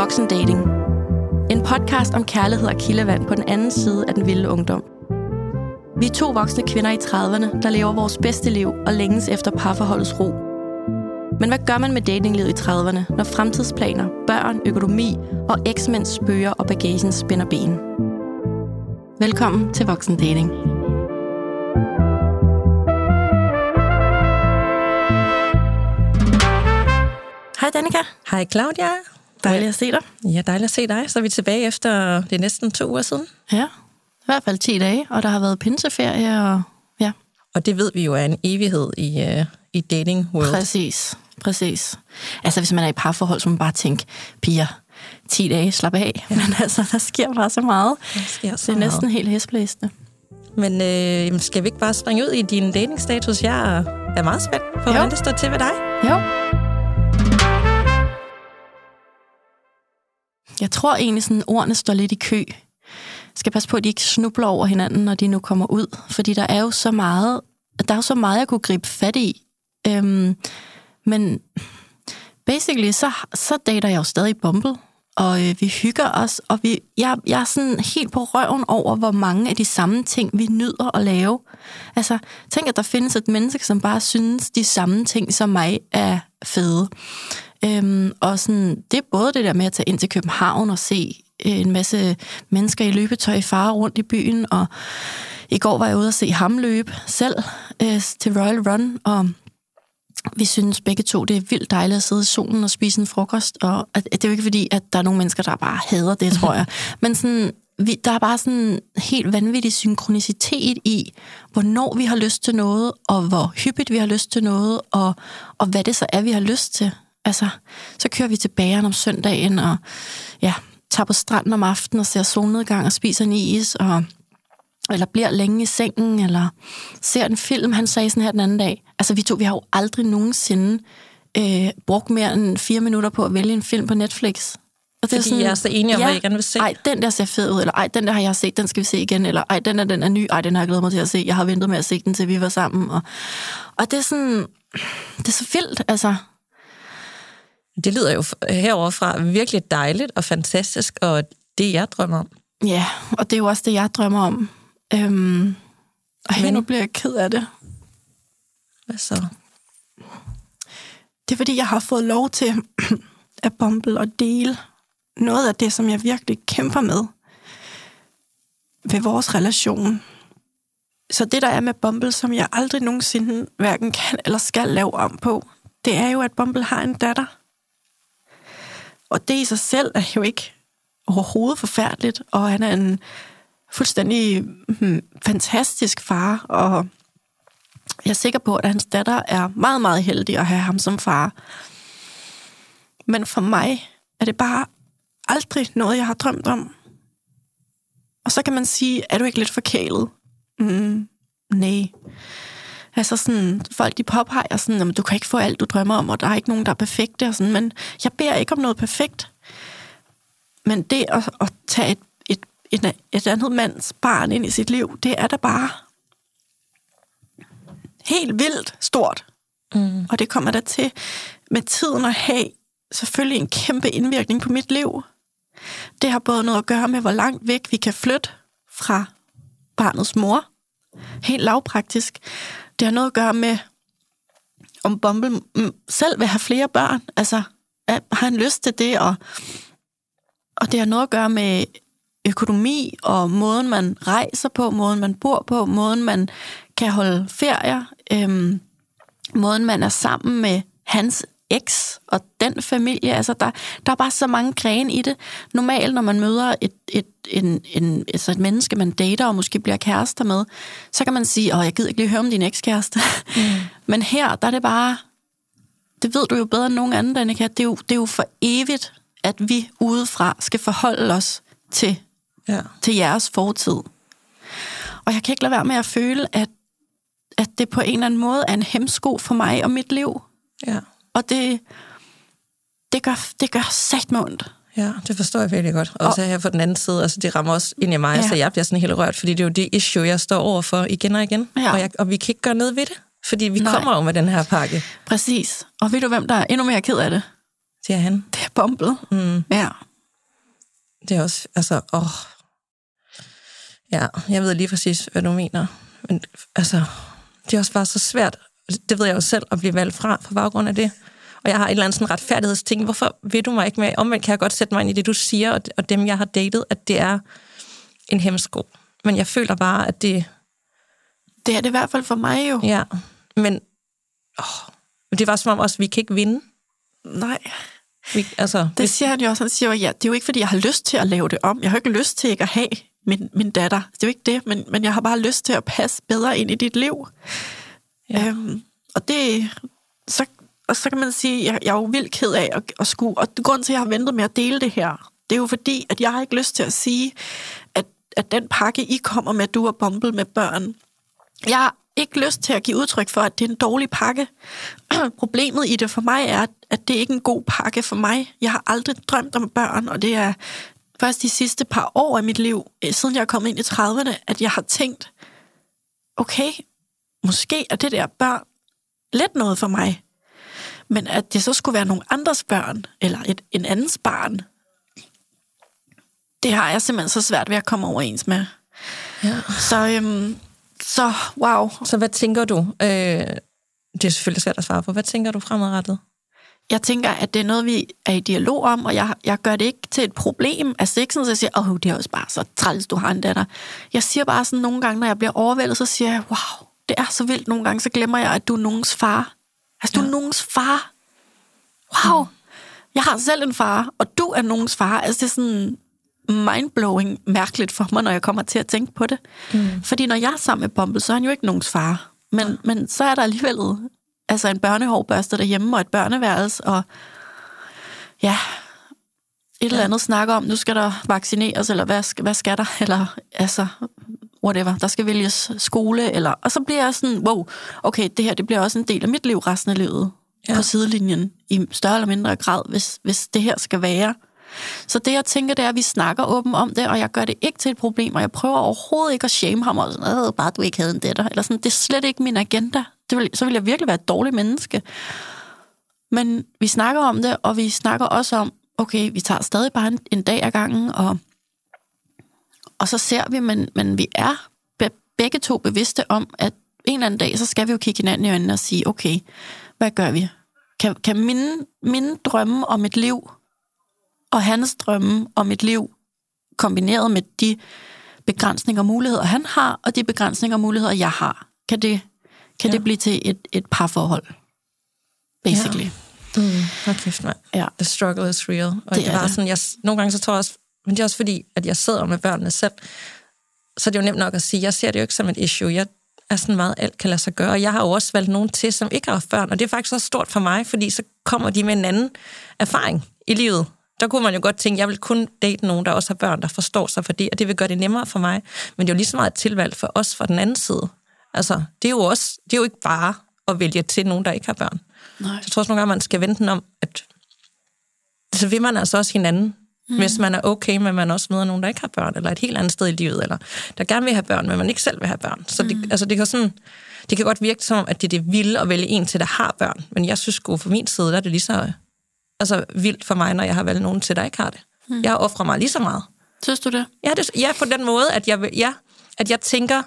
Voksendating. En podcast om kærlighed og kildevand på den anden side af den vilde ungdom. Vi er 2 voksne kvinder i 30'erne, der lever vores bedste liv og længes efter parforholdets ro. Men hvad gør man med datinglivet i 30'erne, når fremtidsplaner, børn, økonomi og eksmænds spøger og bagagen spænder ben? Velkommen til Voksendating. Hej Danika. Hej Claudia. Dejligt at se dig. Ja, dejligt at se dig. Så er vi tilbage efter det næsten 2 uger siden. Ja, i hvert fald 10 dage, og der har været pinseferie, og ja. Og det ved vi jo er en evighed i dating world. Præcis. Altså, hvis man er i parforhold, så man bare tænke, piger, 10 dage, slap af. Ja. Men altså, der sker bare så meget. Det er næsten helt hæsblæsende. Men skal vi ikke bare springe ud i din datingstatus? Jeg er meget spændt på, hvordan det står til ved dig. Jo. Jeg tror egentlig, sådan ordene står lidt i kø. Jeg skal passe på, at de ikke snubler over hinanden, når de nu kommer ud. Fordi der er jo så meget, jeg kunne gribe fat i. Men basically, så dater jeg jo stadig Bumble. Og vi hygger os, og jeg er sådan helt på røven over, hvor mange af de samme ting, vi nyder at lave. Altså, tænk, at der findes et menneske, som bare synes, de samme ting som mig er fede. Og sådan, det er både det der med at tage ind til København og se en masse mennesker i løbetøj fare rundt i byen, og i går var jeg ude at se ham løbe selv til Royal Run, og vi synes begge to, det er vildt dejligt at sidde i solen og spise en frokost, og det er jo ikke fordi, at der er nogle mennesker, der bare hader det, tror jeg, men sådan, der er bare sådan helt vanvittig synkronicitet i, hvornår vi har lyst til noget, og hvor hyppigt vi har lyst til noget, og hvad det så er, vi har lyst til. Altså, så kører vi til bageren om søndagen, og ja, tager på stranden om aftenen og ser solnedgang og spiser en is, eller bliver længe i sengen, eller ser en film, han sagde sådan her den anden dag. Altså, vi har jo aldrig nogensinde brugt mere end 4 minutter på at vælge en film på Netflix. Og det fordi jeg er så enig om, hvad jeg gerne vil se. Ej, den der ser fed ud, eller ej, den der har jeg set, den skal vi se igen, eller ej, den er ny, ej, den har jeg glædet mig til at se. Jeg har ventet med at se den, til vi var sammen. Og det er sådan, det er så vildt, altså. Det lyder jo heroverfra virkelig dejligt og fantastisk, og det jeg drømmer om. Ja, og det er jo også det, jeg drømmer om. Nu bliver jeg ked af det. Hvad så? Det er fordi, jeg har fået lov til at Bumble og dele noget af det, som jeg virkelig kæmper med ved vores relation. Så det, der er med Bumble, som jeg aldrig nogensinde hverken kan eller skal lave om på, det er jo, at Bumble har en datter. Og det i sig selv er jo ikke overhovedet forfærdeligt, og han er en fuldstændig fantastisk far, og jeg er sikker på, at hans datter er meget, meget heldig at have ham som far. Men for mig er det bare aldrig noget, jeg har drømt om. Og så kan man sige, er du ikke lidt forkælet? Nej. Altså sådan, folk de påpeger sådan, at du kan ikke få alt, du drømmer om, og der er ikke nogen, der er perfekte, og sådan, men jeg beder ikke om noget perfekt. Men det at tage et andet mands barn ind i sit liv, det er da bare helt vildt stort. Og det kommer der til med tiden at have selvfølgelig en kæmpe indvirkning på mit liv. Det har både noget at gøre med, hvor langt væk vi kan flytte fra barnets mor. Helt lavpraktisk. Det har noget at gøre med, om Bumble selv vil have flere børn. Altså, har han lyst til det? Og det har noget at gøre med økonomi, og måden, man rejser på, måden, man bor på, måden, man kan holde ferier, måden, man er sammen med hans eks og den familie. Altså, der er bare så mange grene i det. Normalt, når man møder et menneske, man dater og måske bliver kærester med, så kan man sige, jeg gider ikke lige høre om din ekskæreste. Men her, der er det bare, det ved du jo bedre end nogen anden, Danika, det er jo for evigt, at vi udefra skal forholde os til jeres fortid. Og jeg kan ikke lade være med at føle, at det på en eller anden måde er en hæmsko for mig og mit liv. Ja. Og det gør satme ondt. Ja, det forstår jeg virkelig godt. Og så her på den anden side, altså det rammer også ind i mig, så jeg bliver sådan helt rørt, fordi det er jo det issue, jeg står overfor igen og igen. Ja. Og vi kan ikke gøre noget ved det, fordi vi kommer jo med den her pakke. Præcis. Og ved du, hvem der er endnu mere ked af det? Det er han. Det er Bumble. Ja. Det er også, altså, ja, jeg ved lige præcis, hvad du mener. Men altså, det er også bare så svært, det ved jeg jo selv, at blive valgt fra baggrund af det. Og jeg har et eller andet sådan retfærdighedsting. Hvorfor vil du mig ikke med? Omvendt kan jeg godt sætte mig ind i det, du siger, og dem, jeg har datet, at det er en hemsko. Men jeg føler bare, at det... Det er det i hvert fald for mig jo. Ja, men det var som om også, vi kan ikke vinde. Nej. Det siger han jo også. Han siger jo, ja, det er jo ikke, fordi jeg har lyst til at lave det om. Jeg har ikke lyst til ikke at have min datter. Det er jo ikke det, men jeg har bare lyst til at passe bedre ind i dit liv. Ja. Og det... Så kan man sige, at jeg er jo vildt ked af at skue. Og grunden til, at jeg har ventet med at dele det her, det er jo fordi, at jeg har ikke lyst til at sige, at den pakke, I kommer med, du og Bumble med børn, jeg har ikke lyst til at give udtryk for, at det er en dårlig pakke. Problemet i det for mig er, at det ikke er en god pakke for mig. Jeg har aldrig drømt om børn, og det er først de sidste par år af mit liv, siden jeg er kommet ind i 30'erne, at jeg har tænkt, okay, måske er det der børn lidt noget for mig. Men at det så skulle være nogle andres børn, eller en andens barn, det har jeg simpelthen så svært ved at komme overens med. Ja. Så wow. Så hvad tænker du? Det er selvfølgelig svært at svare på. Hvad tænker du fremadrettet? Jeg tænker, at det er noget, vi er i dialog om, og jeg gør det ikke til et problem. Altså ikke sådan, at jeg siger, det er også bare så træls, du har en datter. Jeg siger bare sådan nogle gange, når jeg bliver overvældet, så siger jeg, wow, det er så vildt. Nogle gange, så glemmer jeg, at du er nogens far. Altså, du er nogens far. Wow. Jeg har selv en far, og du er nogens far. Altså, det er sådan mindblowing mærkeligt for mig, når jeg kommer til at tænke på det. Fordi når jeg er sammen med Bumble, så er han jo ikke nogens far. Men så er der alligevel altså en børnehårbørste derhjemme, og et børneværelse, og ja, et eller andet snakker om, nu skal der vaccineres, eller hvad skal der? Eller altså, whatever, der skal vælges skole, eller... Og så bliver jeg sådan, wow, okay, det her, det bliver også en del af mit liv resten af livet, på sidelinjen, i større eller mindre grad, hvis det her skal være. Så det, jeg tænker, det er, at vi snakker åbent om det, og jeg gør det ikke til et problem, og jeg prøver overhovedet ikke at shame ham, og sådan, bare du ikke havde en datter, eller sådan, det er slet ikke min agenda. Så vil jeg virkelig være et dårligt menneske. Men vi snakker om det, og vi snakker også om, okay, vi tager stadig bare en dag ad gangen, og så ser vi, men vi er begge to bevidste om, at en eller anden dag, så skal vi jo kigge hinanden i øjnene og sige, okay, hvad gør vi? Kan mine drømme om et liv, og hans drømme om et liv, kombineret med de begrænsninger og muligheder, han har, og de begrænsninger og muligheder, jeg har, kan det blive til et parforhold, basically. Hold kæft, mand. Ja. The struggle is real. Og det er sådan, nogle gange så tror jeg også, men det er også fordi, at jeg sidder med børnene selv, så det er jo nemt nok at sige, jeg ser det jo ikke som et issue. Jeg er sådan meget, alt kan lade sig gøre. Og jeg har jo også valgt nogen til, som ikke har børn, og det er faktisk også stort for mig, fordi så kommer de med en anden erfaring i livet. Der kunne man jo godt tænke, jeg vil kun date nogen, der også har børn, der forstår sig for det, og det vil gøre det nemmere for mig. Men det er jo lige så meget et tilvalg for os fra den anden side. Altså, det er jo ikke bare at vælge til nogen, der ikke har børn. Nej. Så jeg tror også nogle gange, man skal vente den om, at så vil man altså også hinanden, hvis man er okay med, at man også møder nogen, der ikke har børn, eller et helt andet sted i livet, eller der gerne vil have børn, men man ikke selv vil have børn. Så det kan godt virke som, at det er det vilde at vælge en til, der har børn. Men jeg synes sgu, fra min side, der er det lige så vildt for mig, når jeg har valgt nogen til, der ikke har det. Jeg har offret mig lige så meget. Synes du det? Ja, på den måde, at jeg tænker,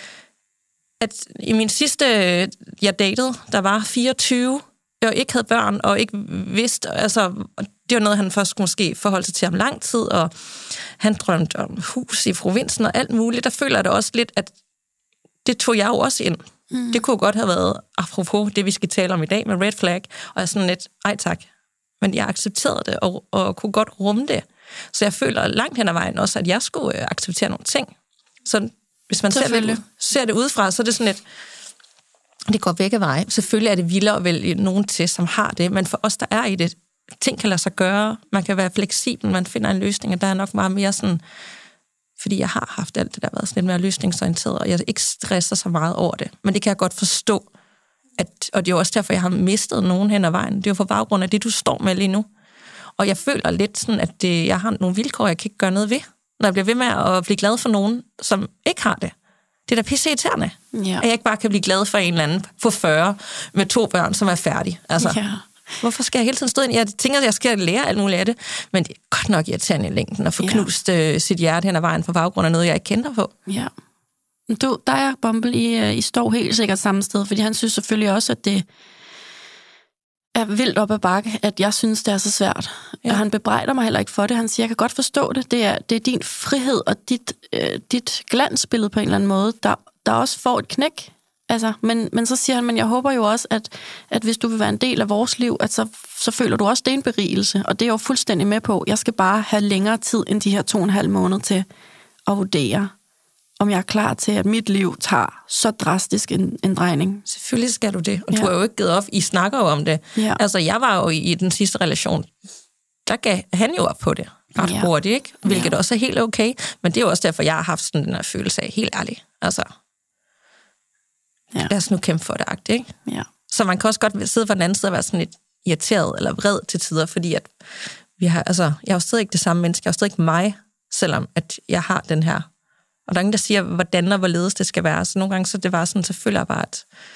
at i min sidste, jeg datede, der var 24, og ikke havde børn, og ikke vidste, det var noget, han først måske forholdt sig til om lang tid, og han drømte om hus i provinsen og alt muligt. Der føler jeg da også lidt, at det tog jeg jo også ind. Det kunne godt have været, apropos det, vi skal tale om i dag med red flag, og jeg sådan lidt, ej tak. Men jeg accepterede det, og kunne godt rumme det. Så jeg føler langt hen ad vejen også, at jeg skulle acceptere nogle ting. Så hvis man ser det udefra, så er det sådan lidt, det går begge veje. Selvfølgelig er det vildere at vælge nogen til, som har det, men for os, der er i det, ting kan lade sig gøre, man kan være fleksibel, man finder en løsning, og der er nok meget mere sådan, fordi jeg har haft alt det, der har været sådan lidt mere løsningsorienteret, og jeg ikke stresser så meget over det. Men det kan jeg godt forstå, og det er jo også derfor, jeg har mistet nogen hen ad vejen. Det er jo på baggrund af det, du står med lige nu. Og jeg føler lidt sådan, at jeg har nogle vilkår, jeg kan ikke gøre noget ved, når jeg bliver ved med at blive glad for nogen, som ikke har det. Det er da pisseirriterende, at jeg ikke bare kan blive glad for en eller anden på 40 med 2 børn, som er færdige. Altså, Hvorfor skal jeg hele tiden stå ind? Jeg tænker, at jeg skal lære alt muligt af det, men det er godt nok irriterende i længden at få knust sit hjerte hen ad vejen på baggrund af noget, jeg ikke kender på. Ja. Der er Bumble, I står helt sikkert samme sted, fordi han synes selvfølgelig også, at det er vildt op ad bakke, at jeg synes, det er så svært. Ja. Og han bebrejder mig heller ikke for det. Han siger, jeg kan godt forstå det. Det er din frihed og dit glansbillede på en eller anden måde, der også får et knæk. Altså, men så siger han, men jeg håber jo også, at hvis du vil være en del af vores liv, at så føler du også, det er en berigelse. Og det er jeg jo fuldstændig med på. Jeg skal bare have længere tid end de her 2,5 måneder til at vurdere, om jeg er klar til, at mit liv tager så drastisk en drejning. Selvfølgelig skal du det, og du har jo ikke givet op. I snakker jo om det. Ja. Altså, jeg var jo i den sidste relation, der gav han jo op på det ret hurtigt, ikke? Hvilket også er helt okay, men det er jo også derfor, jeg har haft sådan den her følelse af, helt ærligt, altså, lad os nu kæmpe for det, ikke? Ja. Så man kan også godt sidde på den anden side og være sådan lidt irriteret eller vred til tider, fordi at jeg er jo stadig ikke det samme menneske, jeg er stadig ikke mig, selvom at jeg har den her. Og der er ingen, der siger, hvordan og hvorledes det skal være. Så nogle gange, så det var sådan, selvfølgelig bare,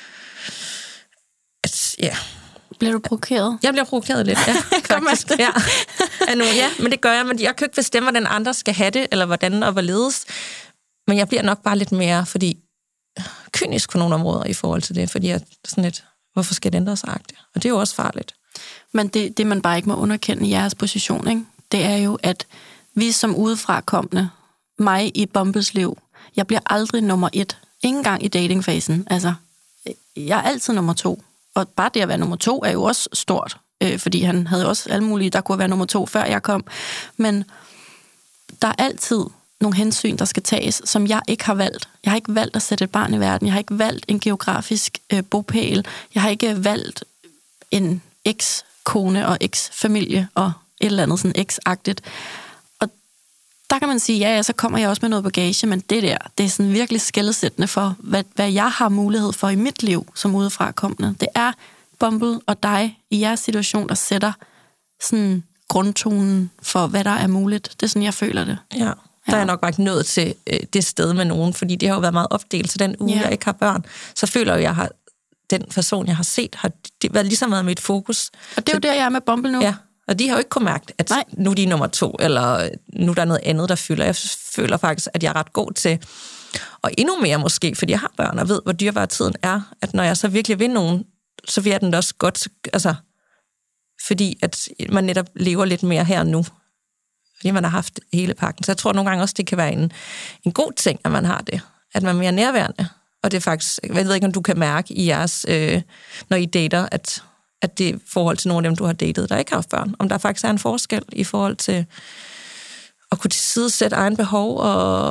at ja. Bliver du provokeret? Jeg bliver provokeret lidt, ja. Faktisk. Ja. Men det gør jeg. Men jeg kan ikke bestemme, hvordan andre skal have det, eller hvordan og hvorledes. Men jeg bliver nok bare lidt mere, kynisk på nogle områder i forhold til det, fordi jeg sådan lidt, hvorfor skal det ændre sig? Og det er jo også farligt. Men det man bare ikke må underkende i jeres position, ikke? Det er jo, at vi som udefrakommende, mig i Bumbles liv, jeg bliver aldrig nummer 1. Ingen gang i datingfasen. Altså, jeg er altid nummer 2. Og bare det at være nummer 2 er jo også stort, fordi han havde også alle mulige, der kunne være nummer 2, før jeg kom. Men der er altid nogle hensyn, der skal tages, som jeg ikke har valgt. Jeg har ikke valgt at sætte et barn i verden. Jeg har ikke valgt en geografisk bopæl. Jeg har ikke valgt en eks-kone og eks-familie og et eller andet sådan eks-agtigt. Og der kan man sige, ja, så kommer jeg også med noget bagage, men det er sådan virkelig skelsættende for, hvad jeg har mulighed for i mit liv som udefrakommende. Det er Bumble og dig i jeres situation, der sætter sådan grundtonen for, hvad der er muligt. Det er sådan, jeg føler det. Ja. Der er jeg nok bare ikke nået til det sted med nogen, fordi det har jo været meget opdelt, så den uge, jeg ikke har børn, så føler jeg, har den person, jeg har set, har det været ligesom været mit fokus. Og det er jo der, jeg er med Bumble nu. Ja, og de har jo ikke kunnet mærke, at nu er de nummer 2, eller nu er der noget andet, der fylder. Jeg føler faktisk, at jeg er ret god til, og endnu mere måske, fordi jeg har børn og ved, hvor dyrbar tiden er, at når jeg så virkelig vil nogen, så vil jeg den også godt, altså, fordi at man netop lever lidt mere her nu. Fordi man har haft hele pakken. Så jeg tror nogle gange også, det kan være en god ting, at man har det. At man er mere nærværende. Og det er faktisk, jeg ved ikke, om du kan mærke i jeres, når I dater, at det er forhold til nogle af dem, du har datet, der ikke har haft børn. Om der faktisk er en forskel i forhold til at kunne tilsidesætte egen behov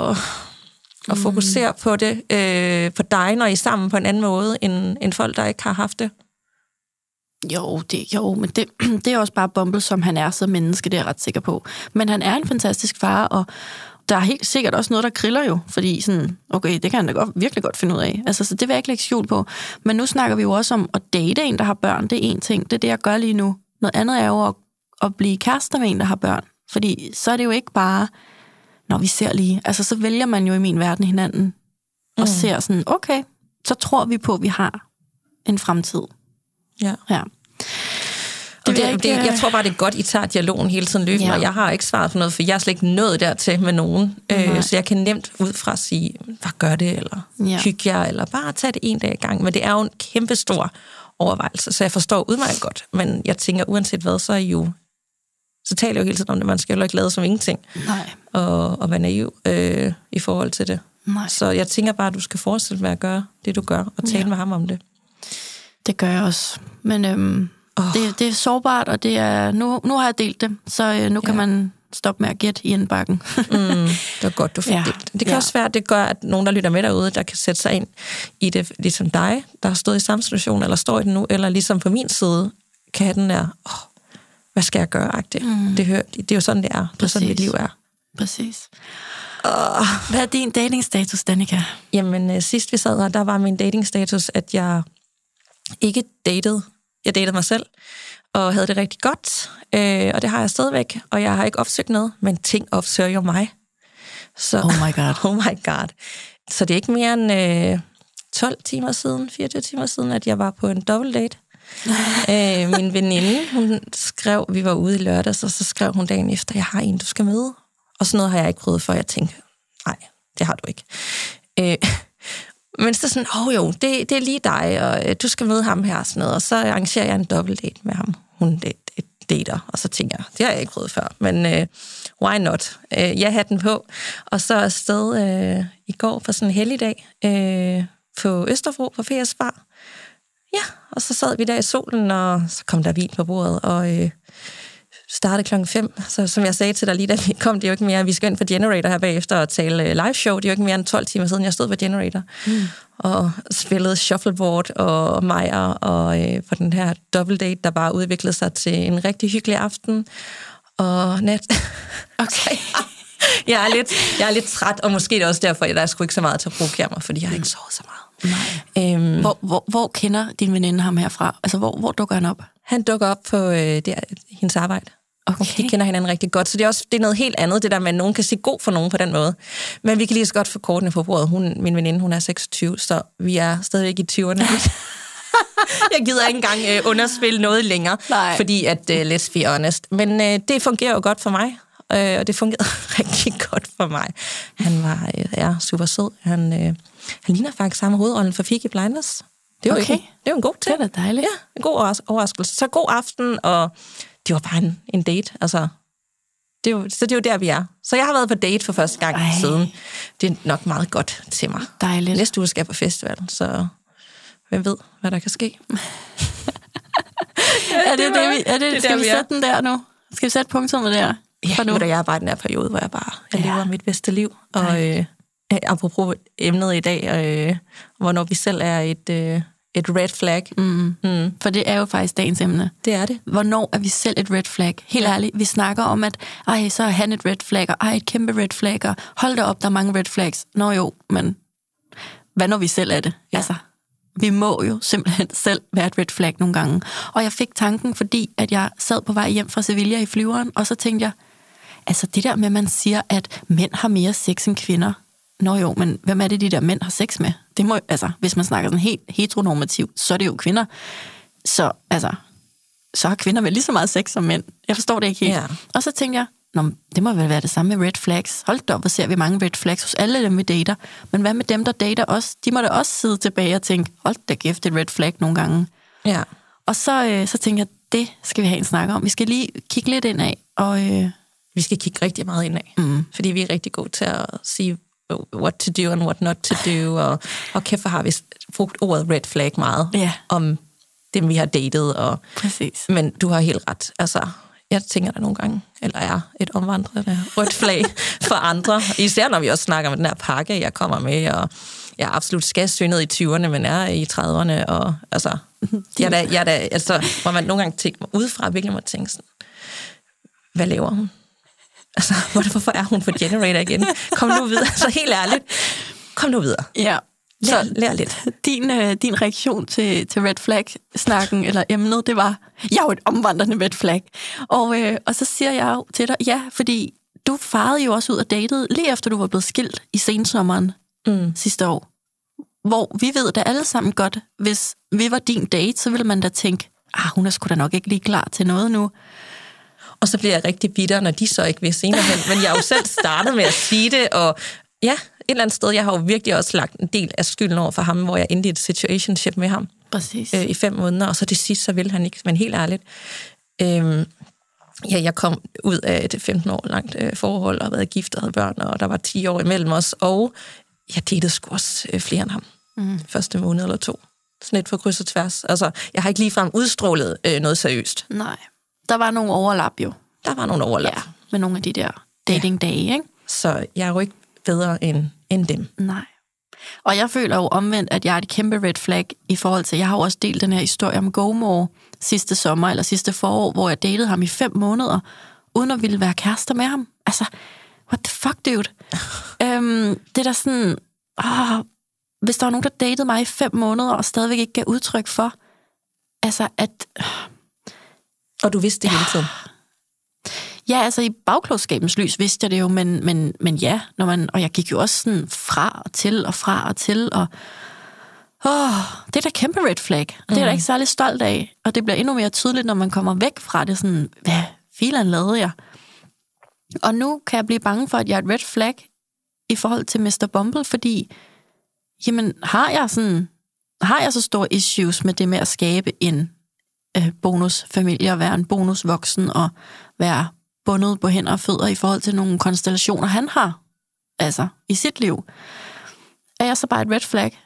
og fokusere på det, på dig, når I er sammen på en anden måde, end folk, der ikke har haft det. Men det er også bare Bumble, som han er som menneske, det er jeg ret sikker på. Men han er en fantastisk far, og der er helt sikkert også noget, der kriller jo, fordi sådan, okay, det kan han da virkelig godt finde ud af. Altså, så det vil jeg ikke lægge skjul på. Men nu snakker vi jo også om at date en, der har børn. Det er en ting, det er det, jeg gør lige nu. Noget andet er jo at blive kærester med en, der har børn. Fordi så er det jo ikke bare, når vi ser lige. Altså, så vælger man jo i min verden hinanden og ser sådan, okay, så tror vi på, at vi har en fremtid. Ja. Jeg tror bare, det er godt, I tager dialogen hele tiden løbende, og jeg har ikke svaret på noget, for jeg er slet ikke nået dertil med nogen. Så jeg kan nemt ud fra at sige, hvad gør det, eller hygge jer, eller bare tage det en dag i gang. Men det er jo en kæmpe stor overvejelse, så jeg forstår udmærket godt. Men jeg tænker, uanset hvad, så taler jeg jo hele tiden om det. Man skal jo ikke lade som ingenting. Nej. Og være naiv i forhold til det. Nej. Så jeg tænker bare, at du skal fortsætte med at gøre det, du gør, og tale med ham om det. Det gør jeg også. Men det er sårbart, og det er nu har jeg delt det, så nu kan man stoppe med at gætte i indbakken. Det var godt, du fik delt. Det kan også være, at det gør, at nogen, der lytter med derude, der kan sætte sig ind i det, ligesom dig, der har stået i samme situation, eller står i den nu, eller ligesom på min side, kan have den der, hvad skal jeg gøre? Det er jo sådan, det er. Det er sådan, mit liv er. Præcis. Hvad er din datingstatus, Danika? Jamen, sidst vi sad her, der var min datingstatus, at jeg ikke datede. Jeg datede mig selv, og havde det rigtig godt. Og det har jeg stadigvæk, og jeg har ikke opsøgt noget, men ting opsøger jo mig. Så, oh my god. Så det er ikke mere end 12 timer siden, 24 timer siden, at jeg var på en double date. Min veninde, hun skrev, vi var ude i lørdags, og så skrev hun dagen efter, jeg har en, du skal møde. Og sådan noget har jeg ikke prøvet før. Jeg tænkte, nej, det har du ikke. Men så sådan, jo, det er lige dig, og du skal møde ham her, sådan noget. Og så arrangerer jeg en dobbeltdate med ham. Hun dater, og så tænker jeg, det har jeg ikke prøvet før, men why not? Jeg havde den på, og så afsted i går på sådan en helligdag på Østerbro på PS Bar. Ja, og så sad vi der i solen, og så kom der vin på bordet, og startede 5:00. Så som jeg sagde til dig lige da vi kom, det er jo ikke mere, vi skal ind på Generator her bagefter og tale live show. Det er jo ikke mere end 12 timer siden, jeg stod på Generator. Og spillede shuffleboard og Majer og på den her double date, der bare udviklede sig til en rigtig hyggelig aften. Og nat. Okay. Jeg er lidt træt, og måske det er også derfor, at der er sgu ikke så meget til at provokere mig, fordi jeg har ikke sovet så meget. Hvor kender din veninde ham herfra? Altså, hvor dukker han op? Han dukker op på hendes arbejde. Okay. De kender hinanden rigtig godt, så det er noget helt andet, det der med, at nogen kan se god for nogen på den måde. Men vi kan lige så godt få kortene på bordet. Min veninde, hun er 26, så vi er stadigvæk i 20'erne. Jeg gider ikke engang underspille noget længere, fordi at, let's be honest. Men det fungerer jo godt for mig, og det fungerede rigtig godt for mig. Han var super sød. Han ligner faktisk samme hovedrollen for Peaky Blinders. Det var det er jo en god ting. Det er da dejligt. Ja, en god overraskelse. Så god aften, og det var bare en date. Altså, det er jo der, vi er. Så jeg har været på date for første gang siden. Det er nok meget godt til mig. Dejligt. Næste uge skal jeg på festival, så hvem ved, hvad der kan ske. Skal vi sætte den der nu? Skal vi sætte punktummet der? Ja, nu er jeg bare i den her periode, hvor jeg lever mit bedste liv. Og apropos emnet i dag, hvornår vi selv er et red flag. For det er jo faktisk dagens emne. Det er det. Hvornår er vi selv et red flag? Helt ærligt, vi snakker om, at så er han et red flag, og et kæmpe red flag, og hold da op, der er mange red flags. Nå jo, men hvad når vi selv er det? Ja. Altså, vi må jo simpelthen selv være et red flag nogle gange. Og jeg fik tanken, fordi at jeg sad på vej hjem fra Sevilla i flyveren, og så tænkte jeg, altså det der med, at man siger, at mænd har mere sex end kvinder. Nå jo, men hvem er det, de der mænd har sex med? Det må, altså, hvis man snakker sådan helt heteronormativt, så er det jo kvinder. Så har kvinder vel lige så meget sex som mænd. Jeg forstår det ikke helt. Ja. Og så tænkte jeg, det må vel være det samme med red flags. Hold da op, hvor ser vi mange red flags hos alle dem, vi dater. Men hvad med dem, der dater os? De må da også sidde tilbage og tænke, hold da kæft, det er red flag nogle gange. Ja. Og så tænkte jeg, det skal vi have en snak om. Vi skal lige kigge lidt indad. Og vi skal kigge rigtig meget indad. Fordi vi er rigtig gode til at sige, what to do and what not to do. Og kæft, har vi brugt ordet red flag meget om dem, vi har datet. Og, præcis. Men du har helt ret. Altså, jeg tænker der nogle gange, eller er et omvandrende rødt flag for andre. Især når vi også snakker om den her pakke, jeg kommer med, og jeg er absolut skadsynet i 20'erne, men er i 30'erne, og altså, jeg er da, altså, hvor man nogle gange tænker udefra, virkelig må tænke sådan, hvad laver hun? Altså, hvorfor er hun på Generator igen? Kom nu videre, så helt ærligt, kom nu videre. Ja. Så lær lidt. Din reaktion til red flag-snakken, eller emnet, det var, jeg er jo et omvandrende red flag. Og så siger jeg jo til dig, ja, fordi du farede jo også ud og datede, lige efter du var blevet skilt i sensommeren sidste år. Hvor vi ved da alle sammen godt, hvis vi var din date, så ville man da tænke, hun er sgu da nok ikke lige klar til noget nu. Og så bliver jeg rigtig bitter, når de så ikke vil senere hen. Men jeg har jo selv startet med at sige det, og ja, et eller andet sted, jeg har jo virkelig også lagt en del af skylden over for ham, hvor jeg endte i et situationship med ham. Præcis. I 5 måneder, og så det sidste, så ville han ikke, men helt ærligt. Jeg kom ud af et 15 år langt forhold, og har været gift og havde børn, og der var 10 år imellem os, og jeg datede sgu også flere end ham. Første måned eller 2. Sådan lidt for kryds og tværs. Altså, jeg har ikke ligefrem udstrålet noget seriøst. Nej. Der var nogle overlap jo. Der var nogle overlap. Ja, med nogle af de der dating-dage, ikke? Så jeg er jo ikke bedre end dem. Nej. Og jeg føler jo omvendt, at jeg er et kæmpe red flag i forhold til, jeg har jo også delt den her historie om Gomor sidste sommer, eller sidste forår, hvor jeg datede ham i 5 måneder, uden at ville være kærester med ham. Altså, what the fuck, dude? Det er da sådan, hvis der var nogen, der datede mig i 5 måneder, og stadigvæk ikke gav udtryk for, altså at... Og du vidste det hele tiden? Ja, altså i bagklogskabens lys vidste jeg det jo, men ja, og jeg gik jo også sådan fra og til, det er da kæmpe red flag. Det er jeg da ikke særlig stolt af. Og det bliver endnu mere tydeligt, når man kommer væk fra det. Sådan, hvad filan lavede jeg? Og nu kan jeg blive bange for, at jeg er et red flag i forhold til Mr. Bumble, fordi jamen, har jeg så store issues med det med at skabe en bonusfamilie, og være en bonusvoksen, og være bundet på hænder og fødder i forhold til nogle konstellationer, han har altså i sit liv? Er jeg så bare et red flag,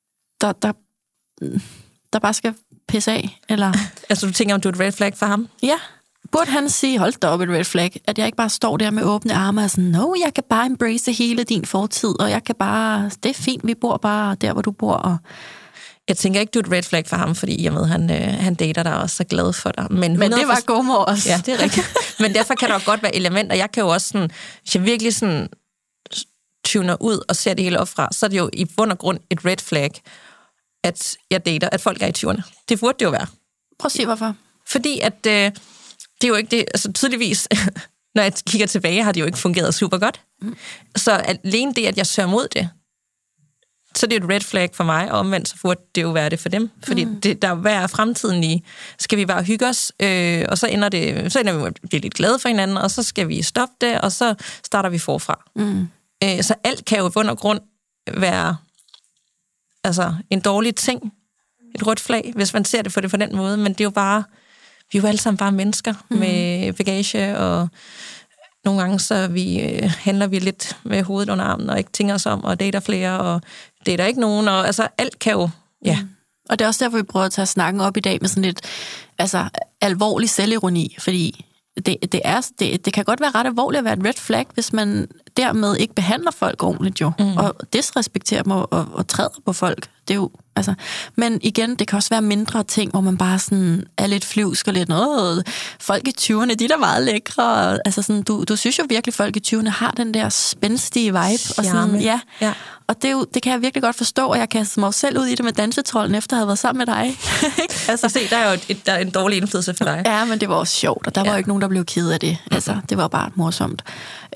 der bare skal pisse af? Eller? Altså, du tænker, om du er et red flag for ham? Ja. Burde han sige, hold da op et red flag, at jeg ikke bare står der med åbne arme og sådan, jeg kan bare embrace hele din fortid, og jeg kan bare, det er fint, vi bor bare der, hvor du bor. Og jeg tænker ikke, du er et red flag for ham, fordi jeg ved, han dater dig og er så glad for dig. Men det var godmor også. Ja, det er rigtigt. Men derfor kan der jo godt være elementer. Jeg kan jo også sådan, hvis jeg virkelig sådan tuner ud og ser det hele op fra, så er det jo i bund og grund et red flag, at jeg dater, at folk er i 20'erne. Det burde det jo være. Prøv at se, hvorfor. Fordi at det er jo ikke det, altså tydeligvis, når jeg kigger tilbage, har det jo ikke fungeret super godt. Så alene det, at jeg søger mod det, så det er et red flag for mig, og omvendt så burde det jo være det for dem. Fordi hvad er fremtiden i? Skal vi bare hygge os, og så ender vi med at blive lidt glade for hinanden, og så skal vi stoppe det, og så starter vi forfra. Så alt kan jo i bund og grund være altså en dårlig ting, et rødt flag, hvis man ser det på den måde, men det er jo bare, vi er jo alle sammen bare mennesker med bagage, og nogle gange så handler vi lidt med hovedet under armen, og ikke tænker os om, og dater flere, og dater ikke nogen, og altså alt kan jo, ja. Og det er også derfor, vi prøver at tage snakken op i dag med sådan lidt alvorlig selvironi, fordi det kan godt være ret alvorligt at være et red flag, hvis man dermed ikke behandler folk ordentligt jo, og disrespekterer dem og træder på folk. Det er jo, men igen, det kan også være mindre ting, hvor man bare sådan er lidt flyvsk og lidt folk i 20'erne, de er da meget lækre. Du synes jo virkelig, folk i 20'erne har den der spændstige vibe. Og sådan, ja. Og det kan jeg virkelig godt forstå, og jeg kaster mig selv ud i det med dansetrollen, efter at have været sammen med dig. Se, der er jo der er en dårlig indflydelse for dig. Ja, men det var også sjovt, og der var jo ikke nogen, der blev ked af det. Det var bare morsomt.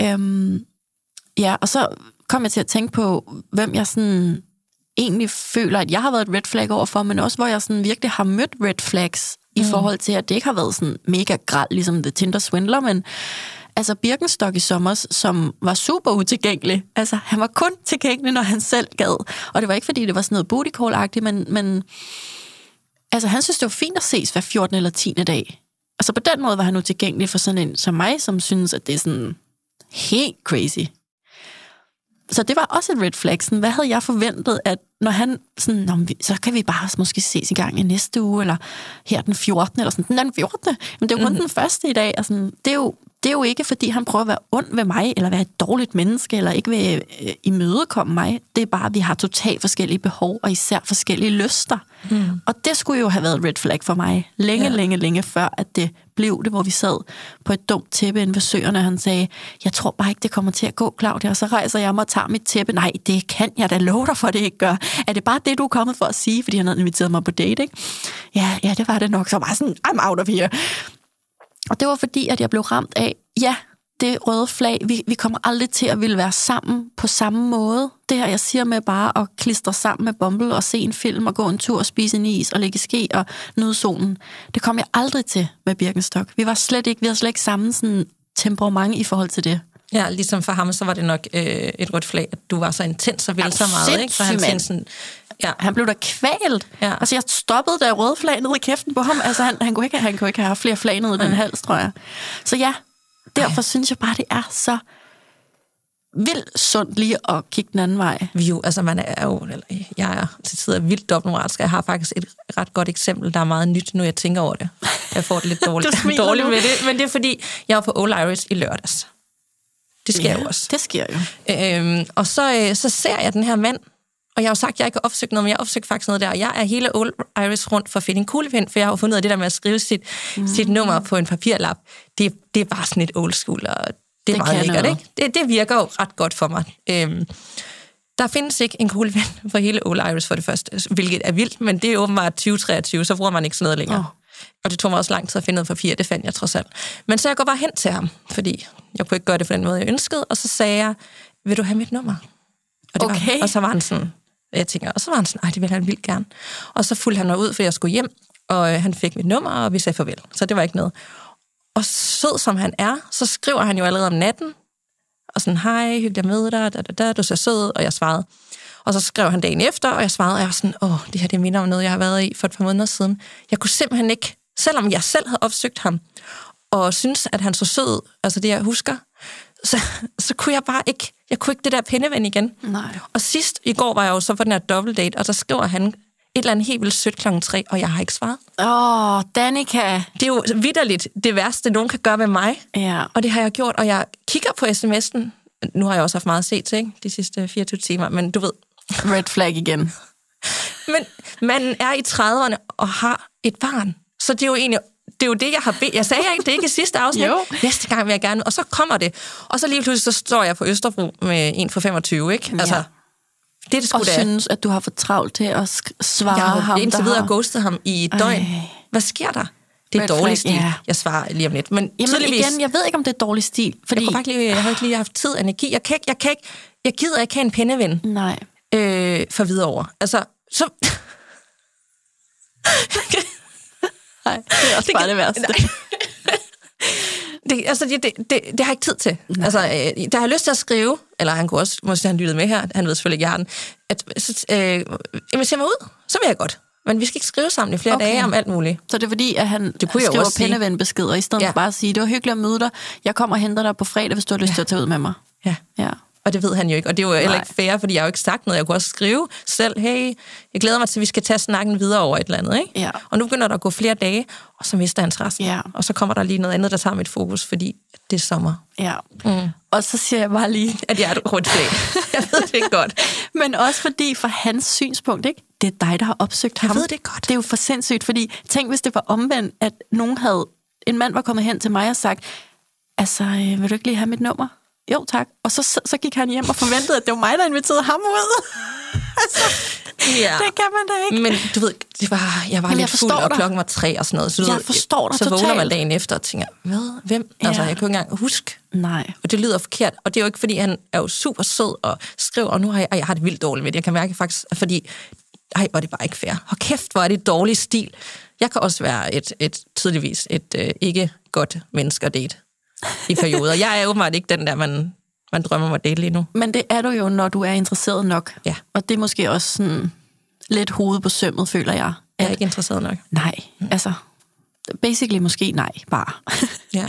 Og så kom jeg til at tænke på, hvem jeg sådan egentlig føler, at jeg har været et red flag overfor, men også hvor jeg sådan virkelig har mødt red flags i forhold til, at det ikke har været sådan mega grelt, ligesom The Tinder Swindler, men Birkenstock i sommer, som var super utilgængelig. Han var kun tilgængelig, når han selv gad. Og det var ikke, fordi det var sådan noget booty call-agtigt, men han synes, det var fint at ses hver 14. eller 10. dag. På den måde var han utilgængelig for sådan en som mig, som synes, at det er sådan helt crazy. Så det var også et red flag. Sådan, hvad havde jeg forventet, at når han sådan, så kan vi bare måske ses i gang i næste uge, eller her den 14. eller sådan, den 14. Men det er jo kun den første i dag. Det er jo ikke, fordi han prøver at være ond ved mig, eller være et dårligt menneske, eller ikke vil imødekomme mig. Det er bare, at vi har totalt forskellige behov, og især forskellige lyster. Og det skulle jo have været red flag for mig, længe før, at det blev det, hvor vi sad på et dumt tæppe inde ved søerne, og han sagde, jeg tror bare ikke, det kommer til at gå, Claudia, og så rejser jeg mig og tager mit tæppe. Nej, det kan jeg da love dig for, det ikke gør. Er det bare det, du er kommet for at sige, fordi han havde inviteret mig på date, ikke? Ja, det var det nok. Så var sådan, I'm out of here. Og det var fordi, at jeg blev ramt af, det røde flag, vi kommer aldrig til at ville være sammen på samme måde. Det her, jeg siger med bare at klistre sammen med Bumble og se en film og gå en tur og spise en is og ligge ske og nyde solen. Det kom jeg aldrig til med Birkenstock. Vi havde slet ikke samme sådan temperament i forhold til det. Ja, ligesom for ham, så var det nok et rødt flag, at du var så intens og ville så meget, ikke? For han sådan, han blev da kvalt. Ja. Jeg stoppede der røde flag ned i kæften på ham. Han kunne ikke have flere flag ned i den hals, tror jeg. Så derfor synes jeg bare, det er så vildt sundt lige at kigge den anden vej. Jeg er til tider vildt dobbeltmoralsk. Jeg har faktisk et ret godt eksempel, der er meget nyt, nu jeg tænker over det. Jeg får det lidt dårligt med det, men det er fordi, jeg var på Old Irish i lørdags. Det sker jo også. Det sker jo. Og så ser jeg den her mand, og jeg har jo sagt, at jeg ikke har opsøgt noget, men jeg har opsøgt faktisk noget der, og jeg er hele Old Irish rundt for at finde en kuglepen, for jeg har jo fundet ud af det der med at skrive sit nummer på en papirlap. Det er bare sådan et old school, og det er meget lækkert, ikke? Det virker jo ret godt for mig. Der findes ikke en kuglepen for hele Old Irish for det første, hvilket er vildt, men det er åbenbart 2023, så bruger man ikke sådan noget længere. Og det tog mig også lang tid at finde noget papir, det fandt jeg trods alt. Men så jeg går bare hen til ham, fordi jeg kunne ikke gøre det på den måde, jeg ønskede, og så sagde jeg, vil du have mit nummer? Og, og så var han sådan, Jeg tænker, og så var han sådan, det ville han vildt gerne. Og så fulgte han mig ud, for jeg skulle hjem, og han fik mit nummer, og vi sagde farvel. Så det var ikke noget. Og sød som han er, så skriver han jo allerede om natten, og sådan, hej, hyggeligt at møde dig, du ser sød, og jeg svarede. Og så skrev han dagen efter, og jeg svarede, og jeg var sådan, det her det minder om noget, jeg har været i for et par måneder siden. Jeg kunne simpelthen ikke, selvom jeg selv havde opsøgt ham, og synes at han så sød, altså det jeg husker, så kunne jeg bare ikke, det der pindeven igen. Nej. Og sidst, i går var jeg jo så på den her dobbeltdate, og der skriver han et eller andet helt vildt sødt klokken 3, og jeg har ikke svaret. Danica. Det er jo vitterligt det værste, nogen kan gøre med mig. Ja. Og det har jeg gjort, og jeg kigger på sms'en. Nu har jeg også haft meget set til, ikke? De sidste 24 timer, men du ved. Red flag igen. Men man er i 30'erne og har et barn. Så det er jo egentlig, det er jo det, jeg har bedt. Jeg sagde ikke, det er ikke i sidste afsnit. Jo. Næste gang vil jeg gerne. Og så kommer det. Og så lige pludselig, så står jeg på Østerbro med en fra 25, ikke? Altså, ja. det sgu og da. synes, at du har for travlt til at svare ham. Jeg ham. har indtil videre ghostet ham i et døgn. Hvad sker der? Det er dårlig stil. Ja. Jeg svarer lige om lidt. Men igen, jeg ved ikke, om det er dårlig stil. Fordi jeg har ikke lige haft tid og energi. Jeg gider ikke have en penneven. Nej. For videre over. Altså, så... Nej, det er også bare det værste. Det har jeg ikke tid til. Nej. Altså, der har lyst til at skrive, eller han kunne også, måske han lyttede med her, han ved selvfølgelig ikke, jeg har den, at invitere mig ud, så vil jeg godt. Men vi skal ikke skrive sammen i flere dage om alt muligt. Så det er fordi, at han skriver pindevenbeskeder, i stedet for bare at sige, det var hyggeligt at møde dig, jeg kommer og henter dig på fredag, hvis du har lyst til at tage ud med mig. Ja. Og det ved han jo ikke, og det er jo heller ikke fair, fordi jeg har jo ikke sagt noget. Jeg kunne også skrive selv, hey, jeg glæder mig til, at vi skal tage snakken videre over et eller andet, ikke? Ja. Og nu begynder der at gå flere dage, og så mister han interessen. Ja. Og så kommer der lige noget andet, der tager mit fokus, fordi det er sommer. Ja. Og så siger jeg bare lige, at jeg er et rødt flag. Jeg ved det ikke godt. Men også fordi, fra hans synspunkt, ikke? Det er dig, der har opsøgt ham. Jeg ved det godt. Det er jo for sindssygt, fordi tænk, hvis det var omvendt, at en mand var kommet hen til mig og sagt, altså, vil du ikke lige have mit nummer? Jo, tak. Og så gik han hjem og forventede, at det var mig, der inviterede ham ud. Altså, det kan man da ikke. Men du ved, jeg var lidt fuld, og klokken var 3 og sådan noget. Så jeg forstår dig så vågner man dagen efter og tænker, hvad? Hvem? Ja. Altså, jeg kunne ikke engang huske. Nej. Og det lyder forkert. Og det er jo ikke, fordi han er jo super sød og skriver, og nu har jeg har det vildt dårligt med det. Jeg kan mærke faktisk, fordi, hvor er det bare ikke fair. Hold kæft, hvor er det dårlig stil. Jeg kan også være tydeligvis et ikke godt menneske at date i perioder. Jeg er åbenbart ikke den der, man drømmer om at date lige nu. Men det er du jo, når du er interesseret nok. Ja. Og det er måske også sådan lidt hovedet på sømmet, føler jeg. Jeg er ikke interesseret nok. Nej, altså basically måske nej, bare. Ja.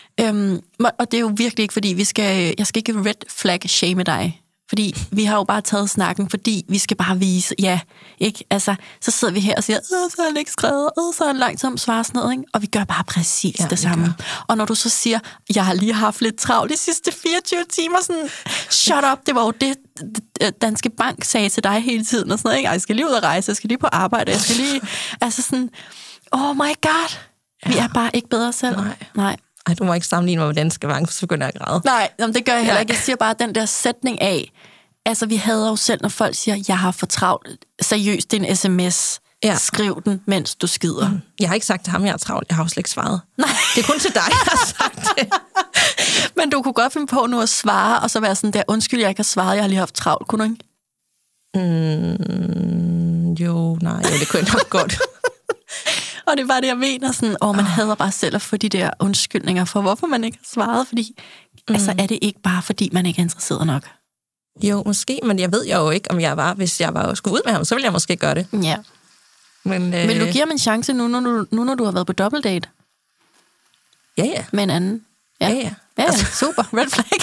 Og det er jo virkelig ikke, fordi jeg skal ikke red flag shame dig. Fordi vi har jo bare taget snakken, fordi vi skal bare vise, ja, ikke? Altså, så sidder vi her og siger, så har han ikke skrevet, så har han langsomt svaret sådan noget, ikke? Og vi gør bare præcis det samme. Og når du så siger, jeg har lige haft lidt travlt de sidste 24 timer, sådan, shut up, det var jo det, Danske Bank sagde til dig hele tiden, og sådan noget, ikke? Jeg skal lige ud og rejse, jeg skal lige på arbejde, jeg skal lige, altså sådan, oh my god, vi er bare ikke bedre selv. Nej. Ej, du må ikke sammenligne mig med Danske Bank, så begynder jeg at græde. Nej, det gør jeg heller ikke. Jeg siger bare den der sætning af, altså vi hader jo selv, når folk siger, jeg har for travlt. Seriøst, det er en sms. Ja. Skriv den, mens du skider. Jeg har ikke sagt til ham, jeg har travlt. Jeg har jo slet ikke svaret. Nej. Det er kun til dig, jeg har sagt det. Men du kunne godt finde på nu at svare, og så være sådan der, undskyld, jeg ikke har svaret, jeg har lige haft travlt. Kunne du ikke? Jo, det kunne jeg nok godt. Og det er bare det, jeg mener, sådan, man hader bare selv at få de der undskyldninger for, hvorfor man ikke har svaret, fordi, altså er det ikke bare, fordi man ikke er interesseret nok? Jo, måske, men jeg ved jo ikke, om jeg var, hvis jeg var skulle ud med ham, så ville jeg måske gøre det. Ja. Men, vil du give ham en chance nu, når du har været på dobbeltdate? Ja. Med en anden? Ja. Altså, super, red flag.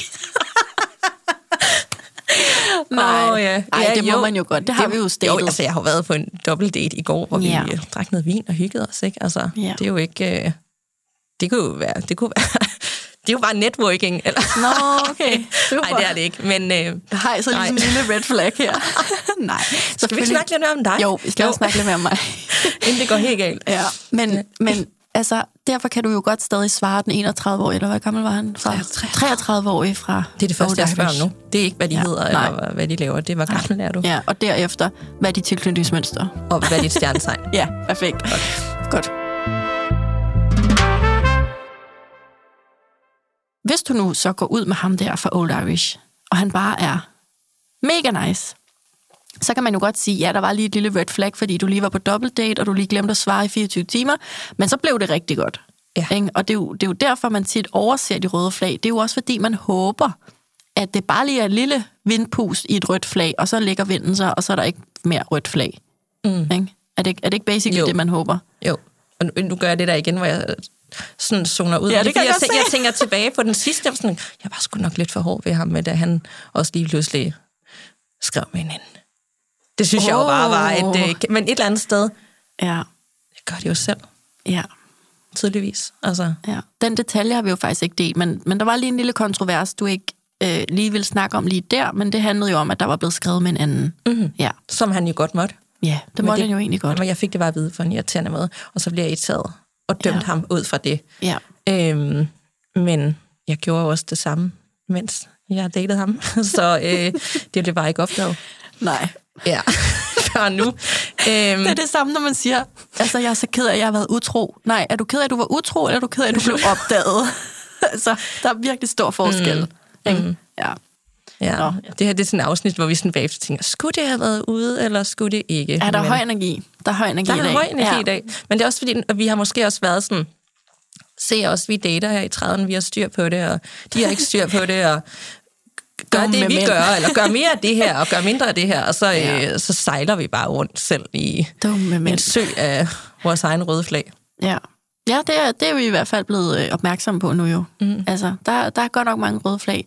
Nej, det må man jo godt. Det har vi jo statet. Jo, altså jeg har været på en dobbeltdate i går, hvor vi drak noget vin og hyggede os, ikke? Altså, det er jo ikke... Det kunne være... Det er jo bare networking, eller? Nå, okay. Nej, det er det ikke, men... Hej, så ligesom en lille red flag her. Nej. Skal vi snakke lidt mere om dig? Jo, vi skal snakke lidt mere om mig. Inden det går helt galt. Ja, men altså, derfor kan du jo godt stadig svare den 31-årige, eller hvad gammel var han? 33-årige fra... Det er det første, jeg spørger nu. Det er ikke, hvad de hedder, eller hvad de laver. Det var gammel, er du. Ja, og derefter, hvad er de tilknytningsmønster? Og hvad er dit stjernetegn? Ja, perfekt. Godt. Hvis du nu så går ud med ham der fra Old Irish, og han bare er mega nice, så kan man jo godt sige, ja, der var lige et lille red flag, fordi du lige var på dobbeltdate, og du lige glemte at svare i 24 timer, men så blev det rigtig godt. Ja. Ikke? Og det er jo derfor, man tit overser de røde flag. Det er jo også fordi, man håber, at det bare lige er et lille vindpust i et rødt flag, og så ligger vinden sig, og så er der ikke mere rødt flag. Ikke? Er det ikke basically det, man håber? Jo, og nu gør jeg det der igen, hvor jeg sådan zoner ud. Ja, det kan jeg tænker tilbage på den sidste, jeg var sgu nok lidt for hård ved ham, med da han også lige pludselig skrev med en anden. Det synes jeg jo bare var men et eller andet sted, ja. Jeg gør det jo selv. Ja. Tydeligvis. Altså. Ja. Den detalje har vi jo faktisk ikke delt, men der var lige en lille kontrovers, du ikke lige ville snakke om lige der, men det handlede jo om, at der var blevet skrevet med en anden. Mm-hmm. Ja. Som han jo godt måtte. Ja, det måtte han jo egentlig godt. Men jeg fik det bare at vide for en irriterende måde, og så bliver jeg irriteret og dømt ham ud fra det. Ja. Men jeg gjorde også det samme, mens jeg datede ham, så det blev bare ikke opdaget. Nej. Ja, før nu. Det er det samme, når man siger, altså jeg er så ked af, at jeg har været utro. Nej, er du ked af, at du var utro, eller er du ked af, at du blev opdaget? Altså, der er virkelig stor forskel. Ja. Ja, det her det er sådan et afsnit, hvor vi sådan bagefter tænker, skulle det have været ude, eller skulle det ikke? Ja, der er høj energi. Der er høj energi i dag. Men det er også fordi, at vi har måske også været sådan, se os, vi dater her i 30'erne, vi har styr på det, og de har ikke styr på det, og gør det, vi gør, eller gør mere af det her, og gør mindre af det her, og så sejler vi bare rundt selv i en sø af vores egen røde flag. Ja, det er vi i hvert fald blevet opmærksomme på nu jo. Altså, der er godt nok mange røde flag.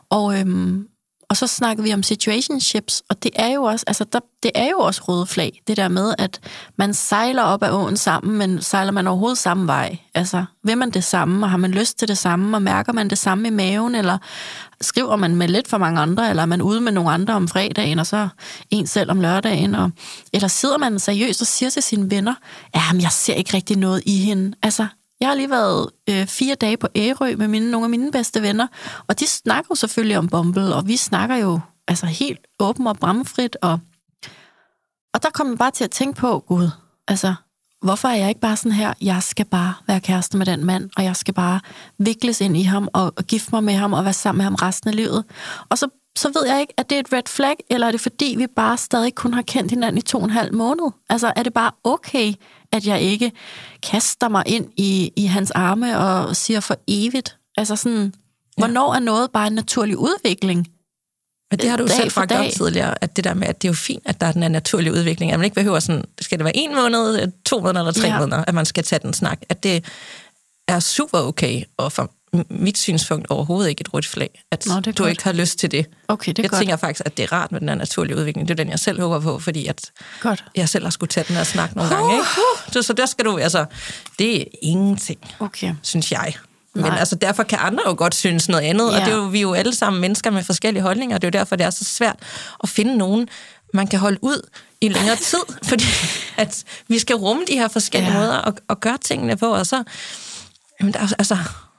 Og så snakker vi om situationships, og det er jo også, altså det er jo også røde flag, det der med, at man sejler op ad åen sammen, men sejler man overhovedet samme vej? Altså, vil man det samme, og har man lyst til det samme, og mærker man det samme i maven, eller skriver man med lidt for mange andre, eller er man ude med nogle andre om fredagen, og så en selv om lørdagen, eller sidder man seriøst og siger til sine venner, men jeg ser ikke rigtig noget i hende. Altså, jeg har lige været 4 dage på Ærø med nogle af mine bedste venner, og de snakker jo selvfølgelig om Bumble, og vi snakker jo altså helt åben og bramfrit, og der kom jeg bare til at tænke på, gud, altså, hvorfor er jeg ikke bare sådan her, jeg skal bare være kæreste med den mand, og jeg skal bare vikles ind i ham, og gifte mig med ham, og være sammen med ham resten af livet. Og så ved jeg ikke, at det er et red flag, eller er det fordi, vi bare stadig kun har kendt hinanden i 2,5 måneder? Altså, er det bare okay, at jeg ikke kaster mig ind i hans arme og siger for evigt? Altså sådan, hvornår er noget bare en naturlig udvikling? Men det har du jo selv sagt om tidligere, at det der med, at det er jo fint, at der er den her naturlige udvikling, at man ikke behøver sådan, skal det være 1 måned, 2 måneder eller 3 måneder, at man skal tage den snak, at det er super okay, og for mit synspunkt overhovedet ikke et rødt flag, at du ikke har lyst til det. Okay, det er jeg tænker faktisk, at det er rart med den her naturlige udvikling. Det er den, jeg selv håber på, fordi at jeg selv har skulle tage den her snak nogle gange. Ikke? Så der skal du, altså, det er ingenting, synes jeg. Men altså, derfor kan andre jo godt synes noget andet, og det er jo, vi er jo alle sammen mennesker med forskellige holdninger, og det er jo derfor, det er så svært at finde nogen, man kan holde ud i længere tid, fordi at vi skal rumme de her forskellige måder og gøre tingene på, og så, jamen, altså,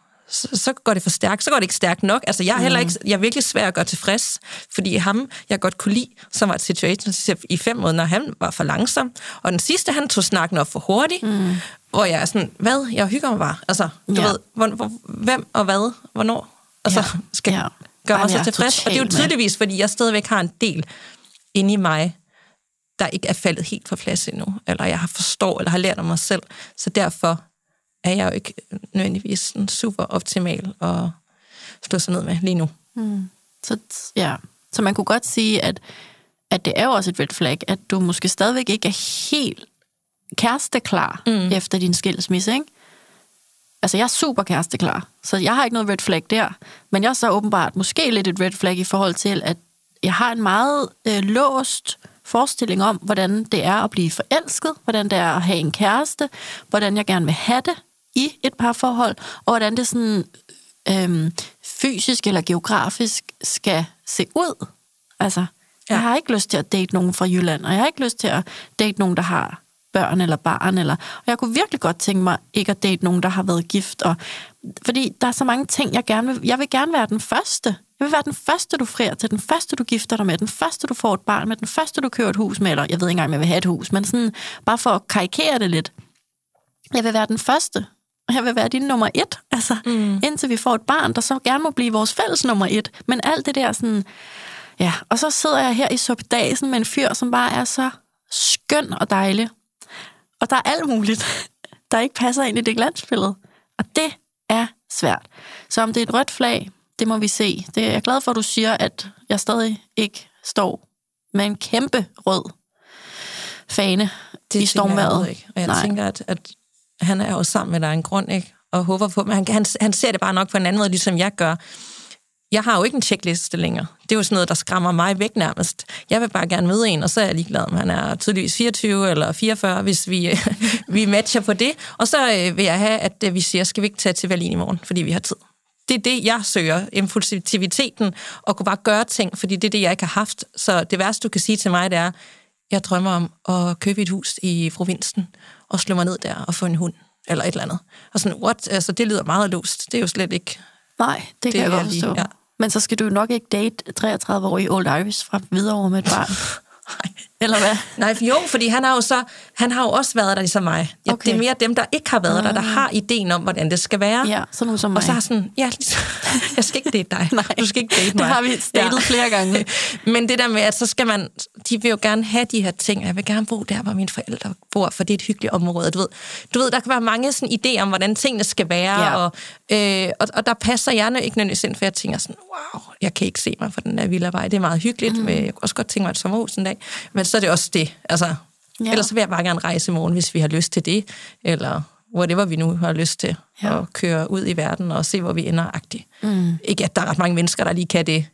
så går det for stærkt, så går det ikke stærkt nok. Altså, jeg er heller ikke, jeg er virkelig svær at gøre tilfreds, fordi ham, jeg godt kunne lide, som var et situationship i 5 måneder, han var for langsom, og den sidste, han tog snakken op for hurtigt, hvor jeg er sådan, hvad? Jeg hygger mig bare. Altså, du ved, hvem og hvad, hvornår, altså, skal gøre mig så tilfreds. Og det er jo tydeligvis, fordi jeg stadigvæk har en del inde i mig, der ikke er faldet helt på plads endnu, eller jeg har forstået, eller har lært om mig selv, så derfor er jeg jo ikke nødvendigvis sådan super optimal at slå sig ned med lige nu. Så man kunne godt sige, at det er jo også et red flag, at du måske stadigvæk ikke er helt kæresteklar efter din skilsmisse, ikke? Altså, jeg er super kæresteklar, så jeg har ikke noget red flag der, men jeg er så åbenbart måske lidt et red flag i forhold til, at jeg har en meget låst forestilling om, hvordan det er at blive forelsket, hvordan det er at have en kæreste, hvordan jeg gerne vil have det i et parforhold, og hvordan det sådan fysisk eller geografisk skal se ud. Altså, jeg har ikke lyst til at date nogen fra Jylland, og jeg har ikke lyst til at date nogen, der har børn eller barn, og jeg kunne virkelig godt tænke mig ikke at date nogen, der har været gift, fordi der er så mange ting, jeg vil gerne være den første. Jeg vil være den første, du frier til, den første, du gifter dig med, den første, du får et barn med, den første, du køber et hus med, eller jeg ved ikke engang, om jeg vil have et hus, men sådan, bare for at karikere det lidt. Jeg vil være den første, og jeg vil være din nummer 1, altså, indtil vi får et barn, der så gerne må blive vores fælles nummer 1. Men alt det der sådan, Ja, og så sidder jeg her i suppedasen med en fyr, som bare er så skøn og dejlig. Og der er alt muligt, der ikke passer ind i det glansbillede. Og det er svært. Så om det er et rødt flag, det må vi se. Det er jeg glad for, at du siger, at jeg stadig ikke står med en kæmpe rød fane i stormvejret. Ikke. Og jeg tænker, at han er jo sammen med dig en grund, ikke? Og håber på, men han ser det bare nok på en anden måde, ligesom jeg gør. Jeg har jo ikke en checkliste længere. Det er jo sådan noget, der skræmmer mig væk nærmest. Jeg vil bare gerne møde en, og så er jeg ligeglad, om han er tydeligvis 24 eller 44, hvis vi matcher på det. Og så vil jeg have, at vi siger, skal vi ikke tage til Berlin i morgen, fordi vi har tid. Det er det, jeg søger, impulsiviteten, og kunne bare gøre ting, fordi det er det, jeg ikke har haft. Så det værste, du kan sige til mig, det er, jeg drømmer om at købe et hus i provinsen, og slå mig ned der og få en hund, eller et eller andet. Og sådan, what? Altså, det lyder meget løst. Det er jo slet ikke... Nej, det kan jeg godt forstå. Ja. Men så skal du nok ikke date 33-årige Old Irish fra Hvidovre med et barn. Eller hvad? Nej, jo, fordi han har jo også været der ligesom mig. Ja, okay. Det er mere dem, der ikke har været der har ideen om, hvordan det skal være. Ja, sådan nogen som mig. Og så har sådan, jeg skal ikke date dig. Nej, du skal ikke date mig. Det har vi datet flere gange. Men det der med, at så skal man, de vil jo gerne have de her ting. Jeg vil gerne bo der, hvor mine forældre bor, for det er et hyggeligt område. Du ved, der kan være mange sådan idéer om, hvordan tingene skal være, og der passer jeg ikke nødvendigvis ind, for jeg tænker sådan, wow, jeg kan ikke se mig for den der villavej. Det er meget hyggeligt, men jeg kunne også godt tænke mig et sommerhus en dag. Men så er det også det. Altså, ellers så vil jeg bare gerne rejse i morgen, hvis vi har lyst til det, eller whatever vi nu har lyst til, at køre ud i verden og se, hvor vi ender-agtigt. Ikke, at der er ret mange mennesker, der lige kan det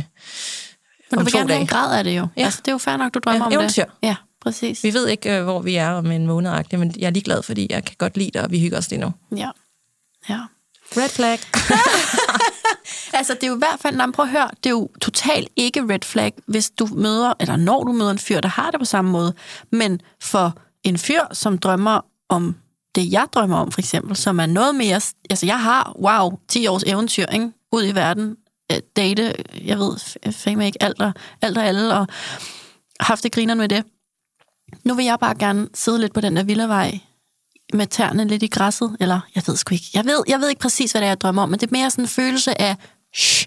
men du vil gerne have en grad af det jo. Ja. Altså, det er jo fair nok, du drømmer om eventyr. Det. Ja, præcis. Vi ved ikke, hvor vi er om en måned-agtigt, men jeg er ligeglad, fordi jeg kan godt lide det, og vi hygger os lige nu. Ja. Red flag. Altså, det er jo i hvert fald, prøv at høre, det er jo totalt ikke red flag, hvis du møder, eller når du møder en fyr, der har det på samme måde. Men for en fyr, som drømmer om det, jeg drømmer om, for eksempel, som er noget mere... Altså, jeg har, 10 års eventyr, ikke? Ud i verden, date, jeg ved, fame ikke alt og alle, og haft det grinerne med det. Nu vil jeg bare gerne sidde lidt på den der villavej, med tæerne lidt i græsset, eller jeg ved sgu ikke. Jeg ved ikke præcis, hvad det er, jeg drømmer om, men det er mere sådan en følelse af shh,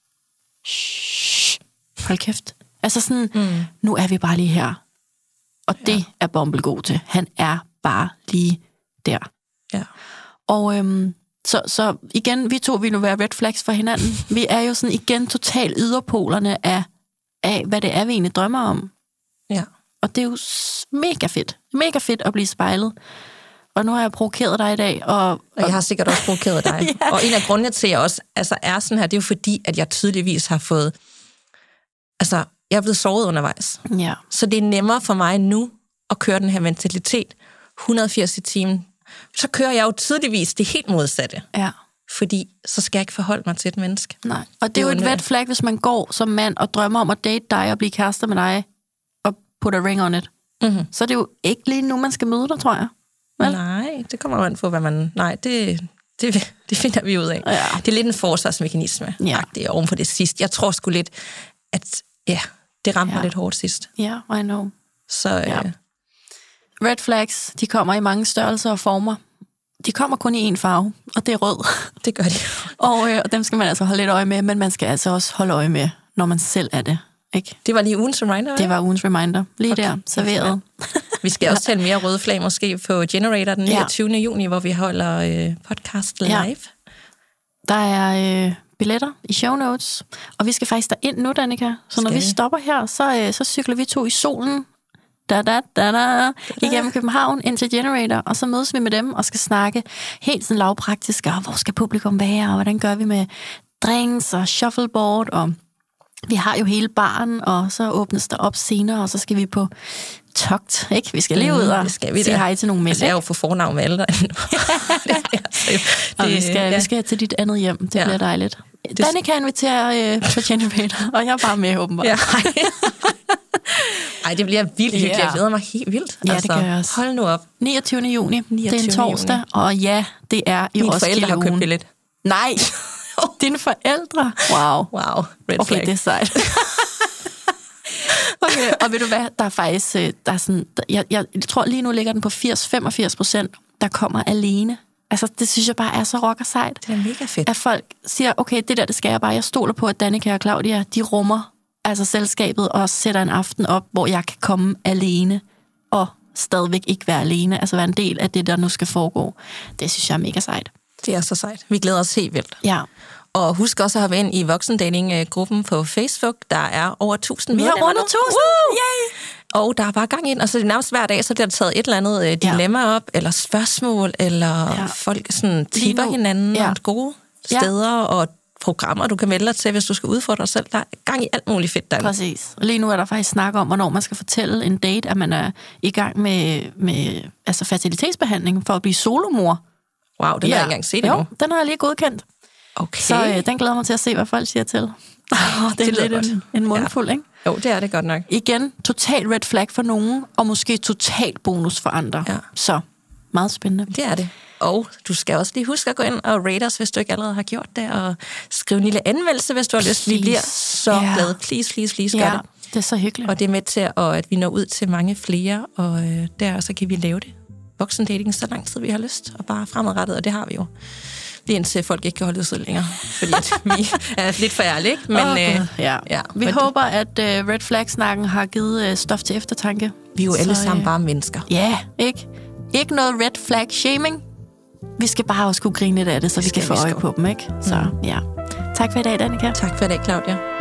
hold kæft. Altså sådan, nu er vi bare lige her. Og det er Bumble god til. Han er bare lige der. Ja. Og så igen, vi to vil nu være red flags for hinanden. Vi er jo sådan igen totalt yderpolerne af hvad det er, vi egentlig drømmer om. Ja. Og det er jo mega fedt. Mega fedt at blive spejlet. Og nu har jeg provokeret dig i dag. Og jeg har sikkert også provokeret dig. Ja. Og en af grundene til, at jeg også er sådan her, det er jo fordi, at jeg tydeligvis har fået... Altså, jeg er blevet sovet undervejs. Ja. Så det er nemmere for mig nu at køre den her mentalitet 180 i timen. Så kører jeg jo tydeligvis det helt modsatte. Ja. Fordi så skal jeg ikke forholde mig til et menneske. Nej. Og det er jo et red flag, hvis man går som mand og drømmer om at date dig og blive kærester med dig og putte a ring on it. Mm-hmm. Så er det jo ikke lige nu, man skal møde dig, tror jeg. Vel? Nej, det kommer jo an på, hvad man... Nej, det finder vi ud af. Ja. Det er lidt en forsvarsmekanisme, oven på det sidste. Jeg tror sgu lidt, at det ramte mig lidt hårdt sidst. Ja, I know. Så... Red flags, de kommer i mange størrelser og former. De kommer kun i én farve, og det er rød. Det gør de. Og dem skal man altså holde lidt øje med, men man skal altså også holde øje med, når man selv er det. Ikke? Det var lige ugens reminder, Det var ugens reminder. Lige okay. Der, serveret. Vi skal også tale mere røde flag måske på Generator den 29. juni, hvor vi holder podcast live. Ja. Der er billetter i show notes, og vi skal faktisk derind nu, Danika. Så når vi stopper her, så cykler vi to i solen, igennem København ind til Generator, og så mødes vi med dem og skal snakke helt sådan lavpraktisk, og hvor skal publikum være, og hvordan gør vi med drinks og shuffleboard, og vi har jo hele baren, og så åbnes der op senere, og så skal vi på togt, ikke? Vi skal lige ud og sige hej til nogle mænd. Altså, jeg er jo for fornavn med alle derinde. Og vi skal til dit andet hjem. Det bliver dejligt. Danika inviterer på Generator, og jeg er bare med, åbenbart. Ja. Ej, det bliver vildt hyggeligt. Jeg glæder mig helt vildt. Ja, det gør jeg også. Hold nu op. 29. juni. Det er en torsdag, og det er i Roskilde. Mine forældre har købt billet. Nej! Dine forældre? Wow. Red okay, flag. det er sejt. Okay, og ved du hvad, der er faktisk, der er sådan, jeg tror lige nu ligger den på 80-85%, der kommer alene. Altså, det synes jeg bare er så rock og sejt. Det er mega fedt. At folk siger, okay, det skal jeg bare. Jeg stoler på, at Danika og Claudia, de rummer altså selskabet også sætter en aften op, hvor jeg kan komme alene og stadigvæk ikke være alene, altså være en del af det, der nu skal foregå. Det synes jeg er mega sejt. Det er så sejt. Vi glæder os helt vildt. Ja. Og husk også at have ind i voksendating-gruppen på Facebook. Der er over 1000 medlemmer. Vi har rundet 1000! Yay! Og der er bare gang ind, og så det nærmest hver dag, så bliver der taget et eller andet dilemma op, eller spørgsmål, eller folk sådan tipper hinanden om gode steder, og programmer, du kan melde dig til, hvis du skal udfordre dig selv. Der er gang i alt muligt fedt derinde. Præcis. Og lige nu er der faktisk snak om, hvornår man skal fortælle en date, at man er i gang med altså fertilitetsbehandling for at blive solomor. Wow, den har jeg ikke engang set endnu. Jo, den har jeg lige godkendt. Okay. Så den glæder mig til at se, hvad folk siger til. Det er lidt en mundfuld, ikke? Jo, det er det godt nok. Igen, total red flag for nogen, og måske total bonus for andre. Ja. Så, meget spændende. Det er det. Og du skal også lige huske at gå ind og rate os, hvis du ikke allerede har gjort det, og skrive en lille anmeldelse, hvis du har lyst. Vi bliver så glade. Please, gør det. Det er så hyggeligt. Og det er med til, at vi når ud til mange flere, og der så kan vi lave det. Voksendating så lang tid, vi har lyst, og bare fremadrettet, og det har vi jo. Lige indtil folk ikke kan holde ud så længere, fordi vi er lidt for ærlige, ikke? Men, vi håber, at Red Flag-snakken har givet stof til eftertanke. Vi er jo alle sammen bare mennesker. Ja, ikke? Ikke noget Red Flag-shaming. Vi skal bare også kunne grine lidt af det, så vi kan få øje på dem, ikke? Så tak for i dag, Danika. Tak for i dag, Claudia.